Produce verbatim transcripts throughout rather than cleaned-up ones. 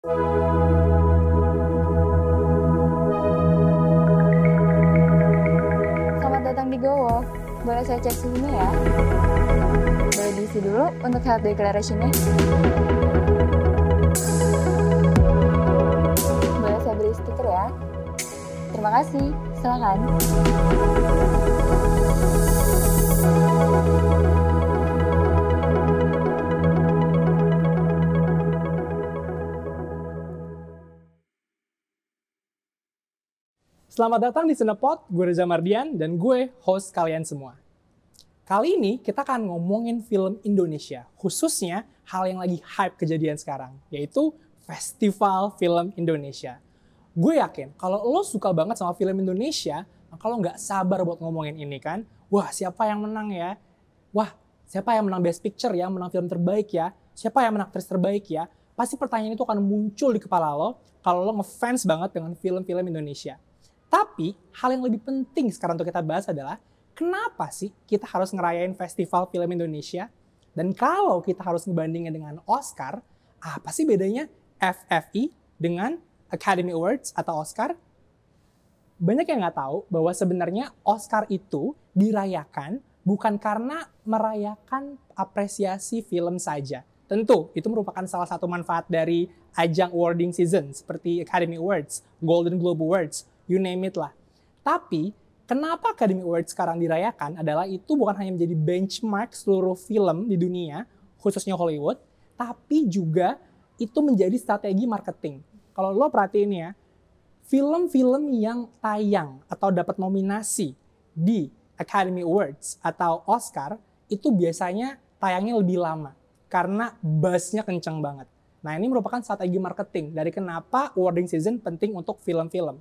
Selamat datang di GoWalk. Boleh saya cek suhunya ya? Boleh diisi dulu untuk health declaration-nya? Boleh saya beri stiker ya? Terima kasih. Silakan. Selamat datang di Cinepod, gue Reza Mardian, dan gue host kalian semua. Kali ini kita akan ngomongin film Indonesia, khususnya hal yang lagi hype kejadian sekarang, yaitu Festival Film Indonesia. Gue yakin kalau lo suka banget sama film Indonesia, maka lo nggak sabar buat ngomongin ini kan. Wah, siapa yang menang ya? Wah, siapa yang menang Best Picture ya? Menang film terbaik ya? Siapa yang menang aktris terbaik ya? Pasti pertanyaan itu akan muncul di kepala lo kalau lo ngefans banget dengan film-film Indonesia. Tapi, hal yang lebih penting sekarang untuk kita bahas adalah kenapa sih kita harus ngerayain Festival Film Indonesia? Dan kalau kita harus ngebandingin dengan Oscar, apa sih bedanya F F I dengan Academy Awards atau Oscar? Banyak yang nggak tahu bahwa sebenarnya Oscar itu dirayakan bukan karena merayakan apresiasi film saja. Tentu, itu merupakan salah satu manfaat dari ajang awarding season seperti Academy Awards, Golden Globe Awards, you name it lah. Tapi, kenapa Academy Awards sekarang dirayakan adalah itu bukan hanya menjadi benchmark seluruh film di dunia, khususnya Hollywood, tapi juga itu menjadi strategi marketing. Kalau lo perhatiin ya, film-film yang tayang atau dapat nominasi di Academy Awards atau Oscar, itu biasanya tayangnya lebih lama, karena buzz-nya kenceng banget. Nah, ini merupakan strategi marketing dari kenapa awarding season penting untuk film-film.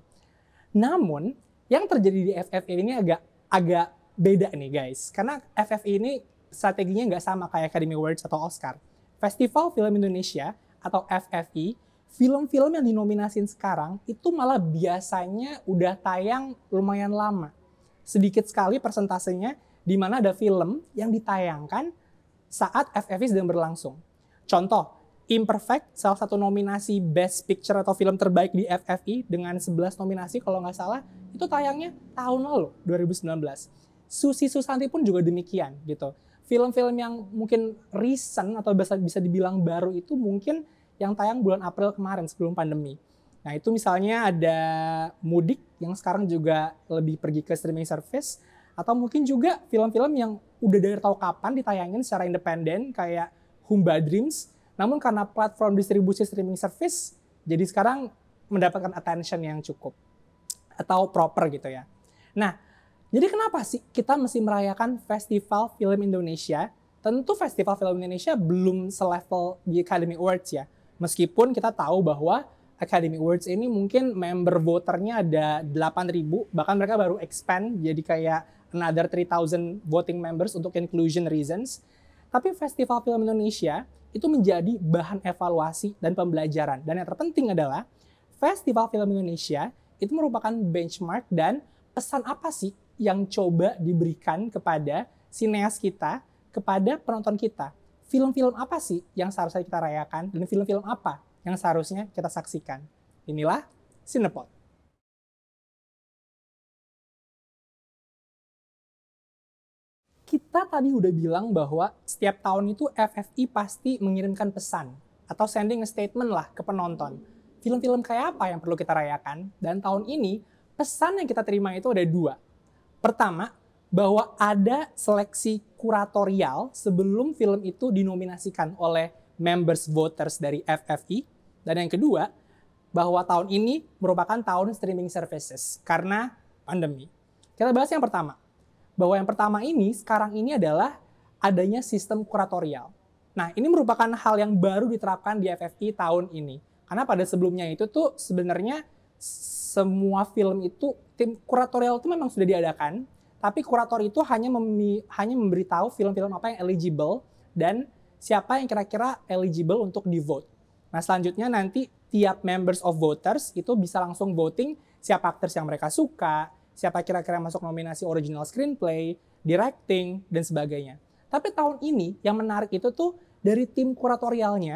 Namun, yang terjadi di F F I ini agak agak beda nih guys. Karena F F I ini strateginya nggak sama kayak Academy Awards atau Oscar. Festival Film Indonesia atau F F I, film-film yang dinominasin sekarang itu malah biasanya udah tayang lumayan lama. Sedikit sekali persentasenya di mana ada film yang ditayangkan saat F F I sedang berlangsung. Contoh, Imperfect, salah satu nominasi Best Picture atau film terbaik di F F I dengan sebelas nominasi kalau nggak salah, itu tayangnya tahun lalu, dua ribu sembilan belas. Susi Susanti pun juga demikian gitu. Film-film yang mungkin recent atau bisa, bisa dibilang baru itu mungkin yang tayang bulan April kemarin sebelum pandemi. Nah itu misalnya ada Mudik yang sekarang juga lebih pergi ke streaming service, atau mungkin juga film-film yang udah dari tahu kapan ditayangin secara independen kayak Humba Dreams, namun karena platform distribusi streaming service, jadi sekarang mendapatkan attention yang cukup atau proper gitu ya. Nah, jadi kenapa sih kita mesti merayakan Festival Film Indonesia? Tentu Festival Film Indonesia belum selevel di Academy Awards ya. Meskipun kita tahu bahwa Academy Awards ini mungkin member voternya ada delapan ribu, bahkan mereka baru expand jadi kayak another three thousand voting members untuk inclusion reasons. Tapi Festival Film Indonesia itu menjadi bahan evaluasi dan pembelajaran. Dan yang terpenting adalah Festival Film Indonesia itu merupakan benchmark dan pesan apa sih yang coba diberikan kepada sineas kita, kepada penonton kita. Film-film apa sih yang seharusnya kita rayakan dan film-film apa yang seharusnya kita saksikan. Inilah Cinepod. Kita tadi udah bilang bahwa setiap tahun itu F F I pasti mengirimkan pesan atau sending a statement lah ke penonton. Film-film kayak apa yang perlu kita rayakan? Dan tahun ini pesan yang kita terima itu ada dua. Pertama, bahwa ada seleksi kuratorial sebelum film itu dinominasikan oleh members voters dari F F I. Dan yang kedua, bahwa tahun ini merupakan tahun streaming services karena pandemi. Kita bahas yang pertama. Bahwa yang pertama ini, sekarang ini adalah adanya sistem kuratorial. Nah, ini merupakan hal yang baru diterapkan di F F I tahun ini. Karena pada sebelumnya itu tuh sebenarnya semua film itu, tim kuratorial itu memang sudah diadakan, tapi kurator itu hanya, memi, hanya memberitahu film-film apa yang eligible dan siapa yang kira-kira eligible untuk di-vote. Nah, selanjutnya nanti tiap members of voters itu bisa langsung voting siapa aktris yang mereka suka, siapa kira-kira masuk nominasi original screenplay, directing, dan sebagainya. Tapi tahun ini yang menarik itu tuh dari tim kuratorialnya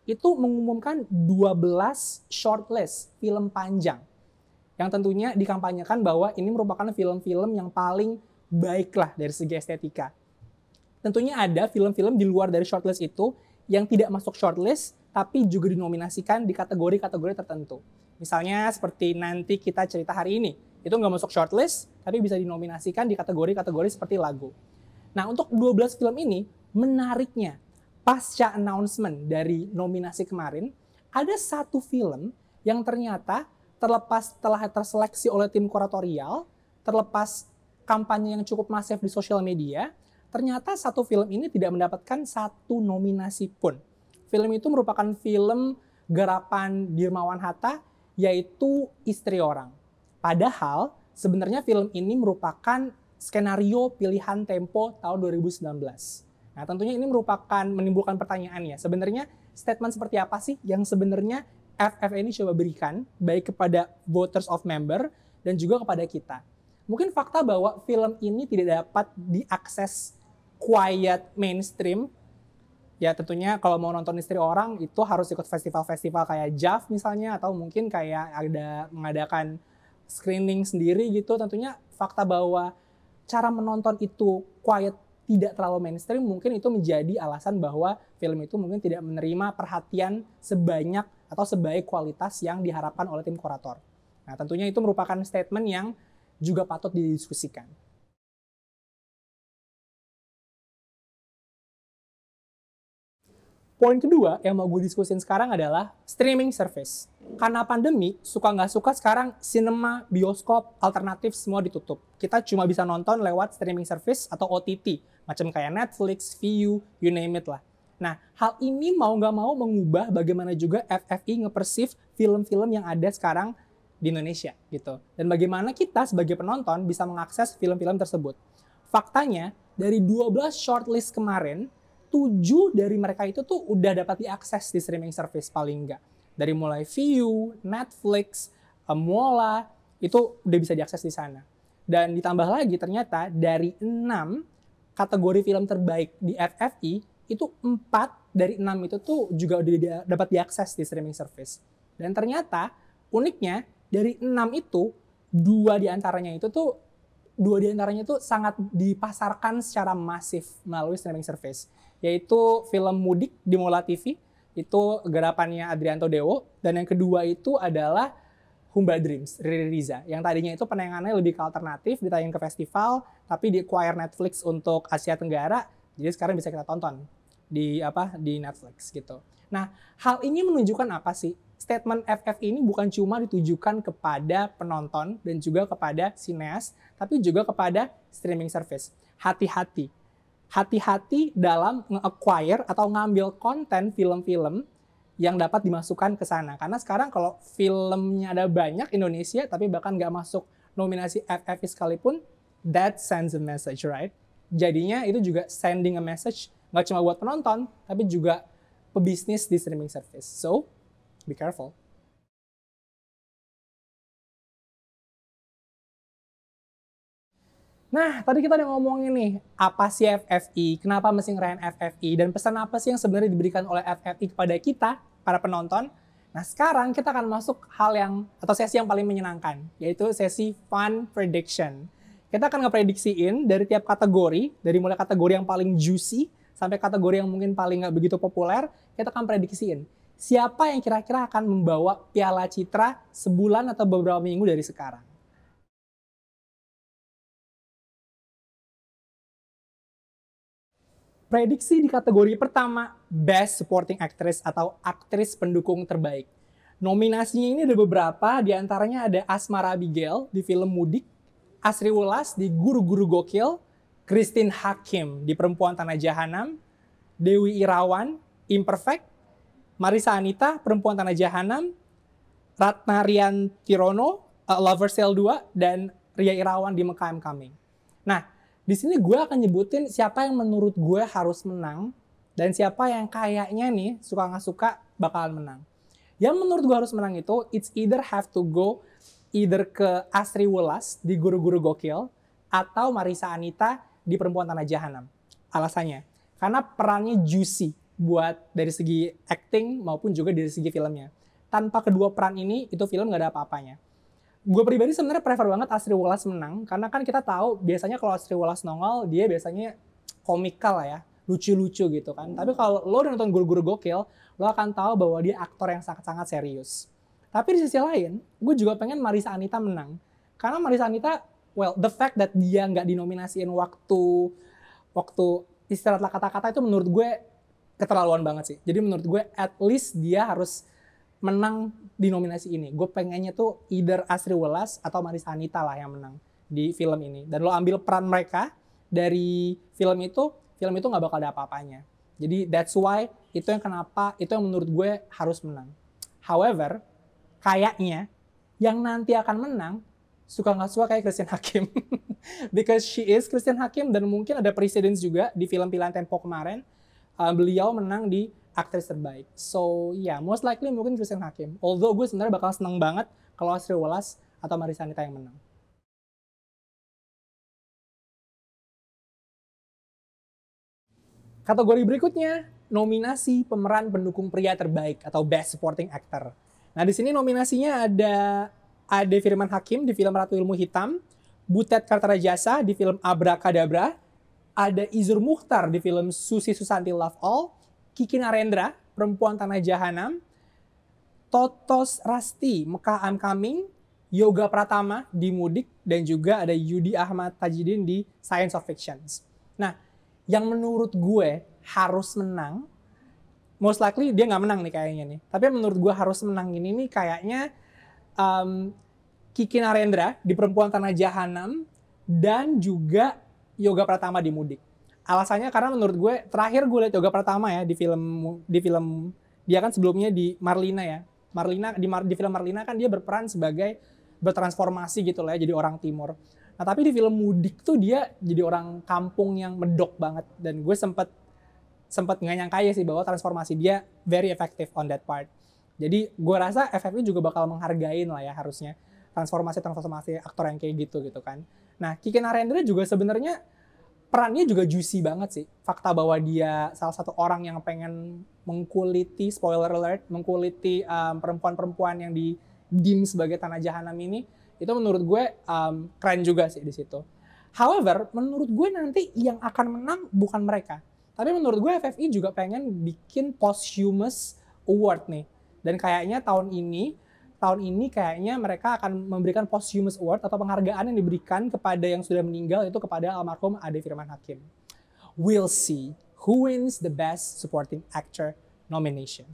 itu mengumumkan dua belas shortlist film panjang yang tentunya dikampanyekan bahwa ini merupakan film-film yang paling baik lah dari segi estetika. Tentunya ada film-film di luar dari shortlist itu yang tidak masuk shortlist, tapi juga dinominasikan di kategori-kategori tertentu. Misalnya seperti nanti kita cerita hari ini, itu nggak masuk shortlist, tapi bisa dinominasikan di kategori-kategori seperti lagu. Nah, untuk dua belas film ini, menariknya, pasca announcement dari nominasi kemarin, ada satu film yang ternyata terlepas telah terseleksi oleh tim kuratorial, terlepas kampanye yang cukup masif di sosial media, ternyata satu film ini tidak mendapatkan satu nominasi pun. Film itu merupakan film garapan Dirmawan Hatta, yaitu Istri Orang. Padahal sebenarnya film ini merupakan skenario pilihan Tempo tahun dua ribu sembilan belas. Nah, tentunya ini merupakan menimbulkan pertanyaan ya, sebenarnya statement seperti apa sih yang sebenarnya F F ini coba berikan, baik kepada voters of member dan juga kepada kita. Mungkin fakta bahwa film ini tidak dapat diakses quiet mainstream, ya tentunya kalau mau nonton Istri Orang itu harus ikut festival-festival kayak J A V misalnya, atau mungkin kayak ada mengadakan screening sendiri gitu. Tentunya fakta bahwa cara menonton itu quiet, tidak terlalu mainstream, mungkin itu menjadi alasan bahwa film itu mungkin tidak menerima perhatian sebanyak atau sebaik kualitas yang diharapkan oleh tim kurator. Nah, tentunya itu merupakan statement yang juga patut didiskusikan. Poin kedua yang mau gue diskusin sekarang adalah streaming service. Karena pandemi, suka nggak suka sekarang sinema, bioskop, alternatif semua ditutup. Kita cuma bisa nonton lewat streaming service atau O T T, macam kayak Netflix, Viu, you name it lah. Nah, hal ini mau nggak mau mengubah bagaimana juga F F I nge-perceive film-film yang ada sekarang di Indonesia gitu. Dan bagaimana kita sebagai penonton bisa mengakses film-film tersebut. Faktanya, dari dua belas shortlist kemarin, tujuh dari mereka itu tuh udah dapat diakses di streaming service paling enggak. Dari mulai Viu, Netflix, Mola, itu udah bisa diakses di sana. Dan ditambah lagi ternyata dari enam kategori film terbaik di F F I, itu empat dari enam itu tuh juga udah dapat diakses di streaming service. Dan ternyata uniknya dari enam itu, dua diantaranya itu tuh dua diantaranya itu sangat dipasarkan secara masif melalui streaming service, yaitu film Mudik di Mola T V, itu garapannya Adrianto Dewo, dan yang kedua itu adalah Humba Dreams, Riri Riza, yang tadinya itu penayangannya lebih ke alternatif, ditayang ke festival, tapi di acquire Netflix untuk Asia Tenggara, jadi sekarang bisa kita tonton di apa di Netflix gitu. Nah, hal ini menunjukkan apa sih? Statement F F I ini bukan cuma ditujukan kepada penonton dan juga kepada sineas, tapi juga kepada streaming service. Hati-hati. Hati-hati dalam nge-acquire atau ngambil konten film-film yang dapat dimasukkan ke sana. Karena sekarang kalau filmnya ada banyak Indonesia, tapi bahkan nggak masuk nominasi F F I sekalipun, that sends a message, right? Jadinya itu juga sending a message, nggak cuma buat penonton, tapi juga pebisnis di streaming service. So, be careful. Nah, tadi kita udah ngomongin nih, apa sih F F I, kenapa mesti ngerayain F F I, dan pesan apa sih yang sebenarnya diberikan oleh F F I kepada kita, para penonton. Nah, sekarang kita akan masuk hal yang, atau sesi yang paling menyenangkan, yaitu sesi fun prediction. Kita akan ngeprediksiin dari tiap kategori, dari mulai kategori yang paling juicy, sampai kategori yang mungkin paling nggak begitu populer, kita akan prediksiin siapa yang kira-kira akan membawa Piala Citra sebulan atau beberapa minggu dari sekarang. Prediksi di kategori pertama, Best Supporting Actress atau aktris pendukung terbaik. Nominasinya ini ada beberapa, diantaranya ada Asmara Abigail di film Mudik, Asri Wulas di Guru-Guru Gokil, Christine Hakim di Perempuan Tanah Jahanam, Dewi Irawan, Imperfect, Marisa Anita, Perempuan Tanah Jahanam, Ratna Rian Tirono, uh, Lover Sale dua, dan Ria Irawan di Mekah I'm Coming. Nah, di sini gue akan nyebutin siapa yang menurut gue harus menang dan siapa yang kayaknya nih suka nggak suka bakalan menang. Yang menurut gue harus menang itu it's either have to go either ke Asri Wulas di Guru-Guru Gokil atau Marisa Anita di Perempuan Tanah Jahanam. Alasannya karena perannya juicy, buat dari segi acting maupun juga dari segi filmnya. Tanpa kedua peran ini, itu film nggak ada apa-apanya. Gue pribadi sebenarnya prefer banget Asri Welas menang, karena kan kita tahu biasanya kalau Asri Welas nongol, dia biasanya komikal lah ya, lucu-lucu gitu kan. Tapi kalau lo udah nonton Guru-Guru Gokil, lo akan tahu bahwa dia aktor yang sangat-sangat serius. Tapi di sisi lain, gue juga pengen Marissa Anita menang. Karena Marissa Anita, well, the fact that dia nggak dinominasiin waktu waktu istirahatlah kata-kata itu menurut gue keterlaluan banget sih. Jadi menurut gue at least dia harus menang di nominasi ini. Gue pengennya tuh either Asri Welas atau Marissa Anita lah yang menang di film ini. Dan lo ambil peran mereka dari film itu, film itu nggak bakal ada apa-apanya. Jadi that's why itu yang kenapa, itu yang menurut gue harus menang. However, kayaknya yang nanti akan menang, suka nggak suka kayak Christine Hakim. Because she is Christine Hakim dan mungkin ada precedence juga di film Pilihan Tempo kemarin. Uh, beliau menang di aktris terbaik. So, ya, yeah, most likely mungkin Christine Hakim. Although gue sebenarnya bakal seneng banget kalau Asri Welas atau Marissa Anita yang menang. Kategori berikutnya, nominasi pemeran pendukung pria terbaik atau Best Supporting Actor. Nah, di sini nominasinya ada Ade Firman Hakim di film Ratu Ilmu Hitam, Butet Kartarajasa di film Abrakadabra, ada Iszur Muchtar di film Susi Susanti Love All, Kiki Narendra, Perempuan Tanah Jahanam, Totos Rasti, Mekah I'm Coming, Yoga Pratama di Mudik, dan juga ada Yudi Ahmad Tajidin di Science of Fictions. Nah, yang menurut gue harus menang, most likely dia nggak menang nih kayaknya nih, tapi menurut gue harus menang ini nih kayaknya um, Kiki Narendra di Perempuan Tanah Jahanam, dan juga Yoga Pratama di Mudik. Alasannya karena menurut gue, terakhir gue lihat Yoga Pratama ya di film di film dia kan sebelumnya di Marlina ya. Marlina di, Mar, di film Marlina kan dia berperan sebagai bertransformasi gitu lah ya, jadi orang timur. Nah, tapi di film Mudik tuh dia jadi orang kampung yang medok banget, dan gue sempet sempet nggak nyangka ya sih bahwa transformasi dia very effective on that part. Jadi gue rasa F F I juga bakal menghargain lah ya harusnya transformasi-transformasi aktor yang kayak gitu gitu kan. Nah, Kiki Narendra juga sebenarnya perannya juga juicy banget sih. Fakta bahwa dia salah satu orang yang pengen mengkuliti, spoiler alert, mengkuliti um, perempuan-perempuan yang di dim sebagai tanah jahanam ini, itu menurut gue um, keren juga sih di situ. However, menurut gue nanti yang akan menang bukan mereka. Tapi menurut gue F F I juga pengen bikin posthumous award nih. Dan kayaknya tahun ini tahun ini kayaknya mereka akan memberikan posthumous award atau penghargaan yang diberikan kepada yang sudah meninggal, itu kepada almarhum Ade Firman Hakim. We'll see who wins the Best Supporting Actor nomination.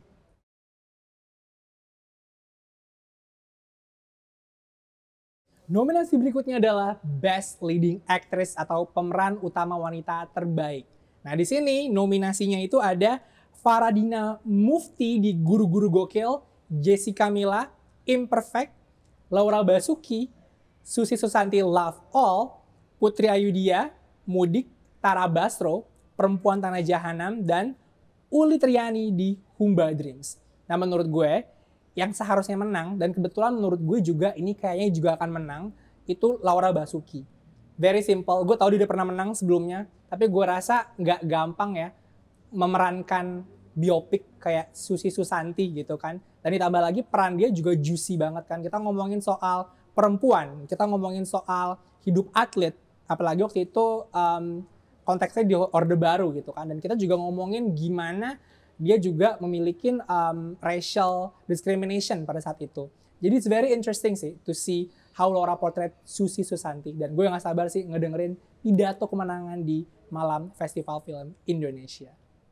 Nominasi berikutnya adalah Best Leading Actress atau pemeran utama wanita terbaik. Nah, di sini nominasinya itu ada Faradina Mufti di Guru-Guru Gokil, Jessica Mila, Imperfect, Laura Basuki, Susi Susanti Love All, Putri Ayudhya, Mudik, Tara Basro, Perempuan Tanah Jahanam, dan Uli Triani di Humba Dreams. Nah, menurut gue, yang seharusnya menang, dan kebetulan menurut gue juga ini kayaknya juga akan menang, itu Laura Basuki. Very simple, gue tahu dia udah pernah menang sebelumnya, tapi gue rasa nggak gampang ya memerankan biopik kayak Susi Susanti gitu kan. Dan ditambah lagi peran dia juga juicy banget kan. Kita ngomongin soal perempuan, kita ngomongin soal hidup atlet, apalagi waktu itu um, konteksnya di Orde Baru gitu kan. Dan kita juga ngomongin gimana dia juga memiliki um, racial discrimination pada saat itu. Jadi it's very interesting sih to see how Laura portrait Susi Susanti. Dan gue gak sabar sih ngedengerin pidato kemenangan di malam Festival Film Indonesia.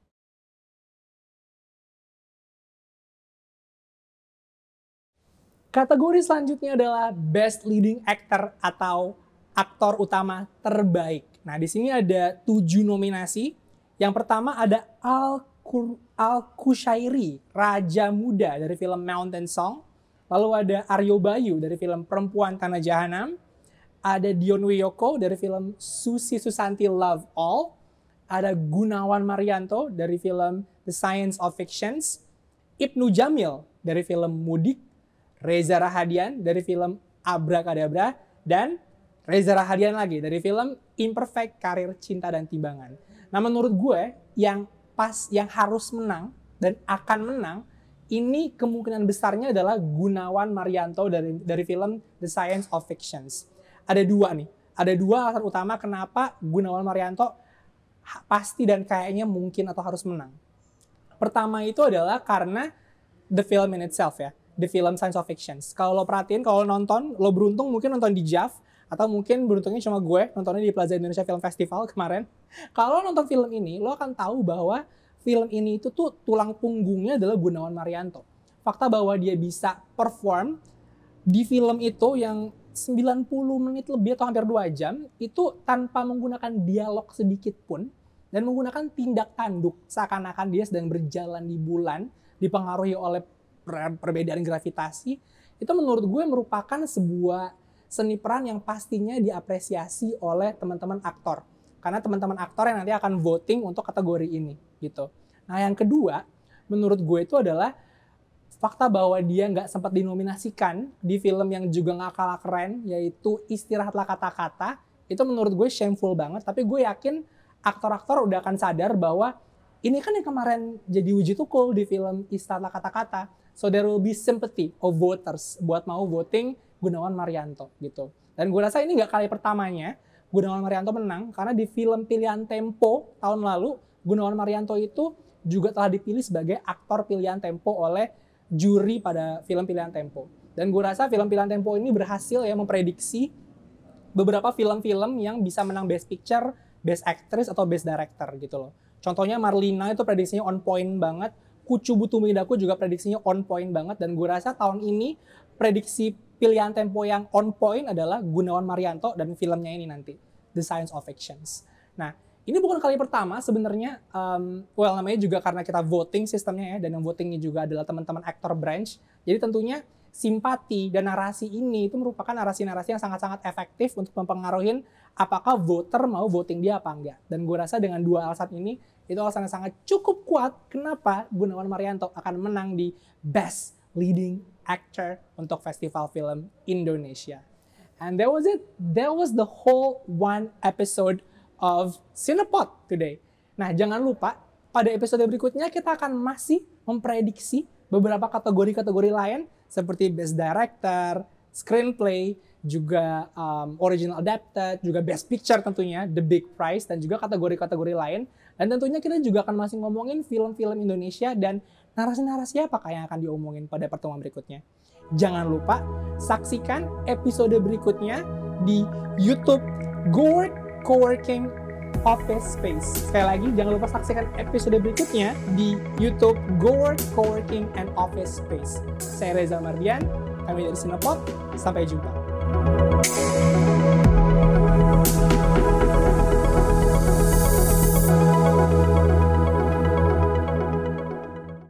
Kategori selanjutnya adalah Best Leading Actor atau aktor utama terbaik. Nah, di sini ada tujuh nominasi. Yang pertama ada Al-Kushairi, Raja Muda dari film Mountain Song. Lalu ada Aryo Bayu dari film Perempuan Tanah Jahanam. Ada Dion Wiyoko dari film Susi Susanti Love All. Ada Gunawan Marianto dari film The Science of Fictions. Ibnu Jamil dari film Mudik. Reza Rahadian dari film Abrakadabra, dan Reza Rahadian lagi dari film Imperfect, Karir Cinta dan Timbangan. Nah, menurut gue yang pas yang harus menang dan akan menang, ini kemungkinan besarnya adalah Gunawan Marianto dari dari film The Science of Fictions. Ada dua nih, ada dua alasan utama kenapa Gunawan Marianto pasti dan kayaknya mungkin atau harus menang. Pertama itu adalah karena the film in itself ya, the film Science of Fictions. Kalau lo perhatiin, kalau lo nonton, lo beruntung mungkin nonton di J A V, atau mungkin beruntungnya cuma gue nontonnya di Plaza Indonesia Film Festival kemarin. Kalau lo nonton film ini, lo akan tahu bahwa film ini itu tuh tulang punggungnya adalah Gunawan Marianto. Fakta bahwa dia bisa perform di film itu yang sembilan puluh menit lebih atau hampir dua jam, itu tanpa menggunakan dialog sedikit pun, dan menggunakan tindak tanduk seakan-akan dia sedang berjalan di bulan, dipengaruhi oleh perbedaan gravitasi, itu menurut gue merupakan sebuah seni peran yang pastinya diapresiasi oleh teman-teman aktor. Karena teman-teman aktor yang nanti akan voting untuk kategori ini, gitu. Nah, yang kedua, menurut gue itu adalah fakta bahwa dia nggak sempat dinominasikan di film yang juga nggak kalah keren, yaitu Istirahatlah Kata-Kata. Itu menurut gue shameful banget, tapi gue yakin aktor-aktor udah akan sadar bahwa ini kan yang kemarin jadi uji tukul di film Istirahatlah Kata-Kata. So there will be sympathy of voters buat mau voting Gunawan Marianto gitu. Dan gue rasa ini nggak kali pertamanya Gunawan Marianto menang, karena di film pilihan Tempo tahun lalu, Gunawan Marianto itu juga telah dipilih sebagai aktor pilihan Tempo oleh juri pada film pilihan Tempo. Dan gue rasa film pilihan Tempo ini berhasil ya memprediksi beberapa film-film yang bisa menang Best Picture, Best Actress, atau Best Director gitu loh. Contohnya Marlina itu prediksinya on point banget, Kucu Butu Midaku juga prediksinya on point banget, dan gue rasa tahun ini prediksi pilihan Tempo yang on point adalah Gunawan Marianto dan filmnya ini nanti, The Science of Fictions. Nah, ini bukan kali pertama sebenarnya, um, well namanya juga karena kita voting sistemnya ya, dan yang votingnya juga adalah teman-teman actor branch. Jadi tentunya simpati dan narasi ini itu merupakan narasi-narasi yang sangat-sangat efektif untuk mempengaruhi apakah voter mau voting dia apa enggak. Dan gue rasa dengan dua alasan ini, itu alasan yang sangat cukup kuat kenapa Gunawan Marianto akan menang di Best Leading Actor untuk Festival Film Indonesia. And that was it. That was the whole one episode of Cinepod today. Nah, jangan lupa pada episode berikutnya kita akan masih memprediksi beberapa kategori-kategori lain seperti Best Director, Screenplay, juga um, Original Adapted, juga Best Picture tentunya, The Big Prize, dan juga kategori-kategori lain. Dan tentunya kita juga akan masih ngomongin film-film Indonesia dan narasi-narasi apakah yang akan diomongin pada pertemuan berikutnya. Jangan lupa saksikan episode berikutnya di YouTube Gowork Coworking Office Space. Sekali lagi, jangan lupa saksikan episode berikutnya di YouTube Gowork Coworking and Office Space. Saya Reza Mardian, kami dari Cinepod. Sampai jumpa.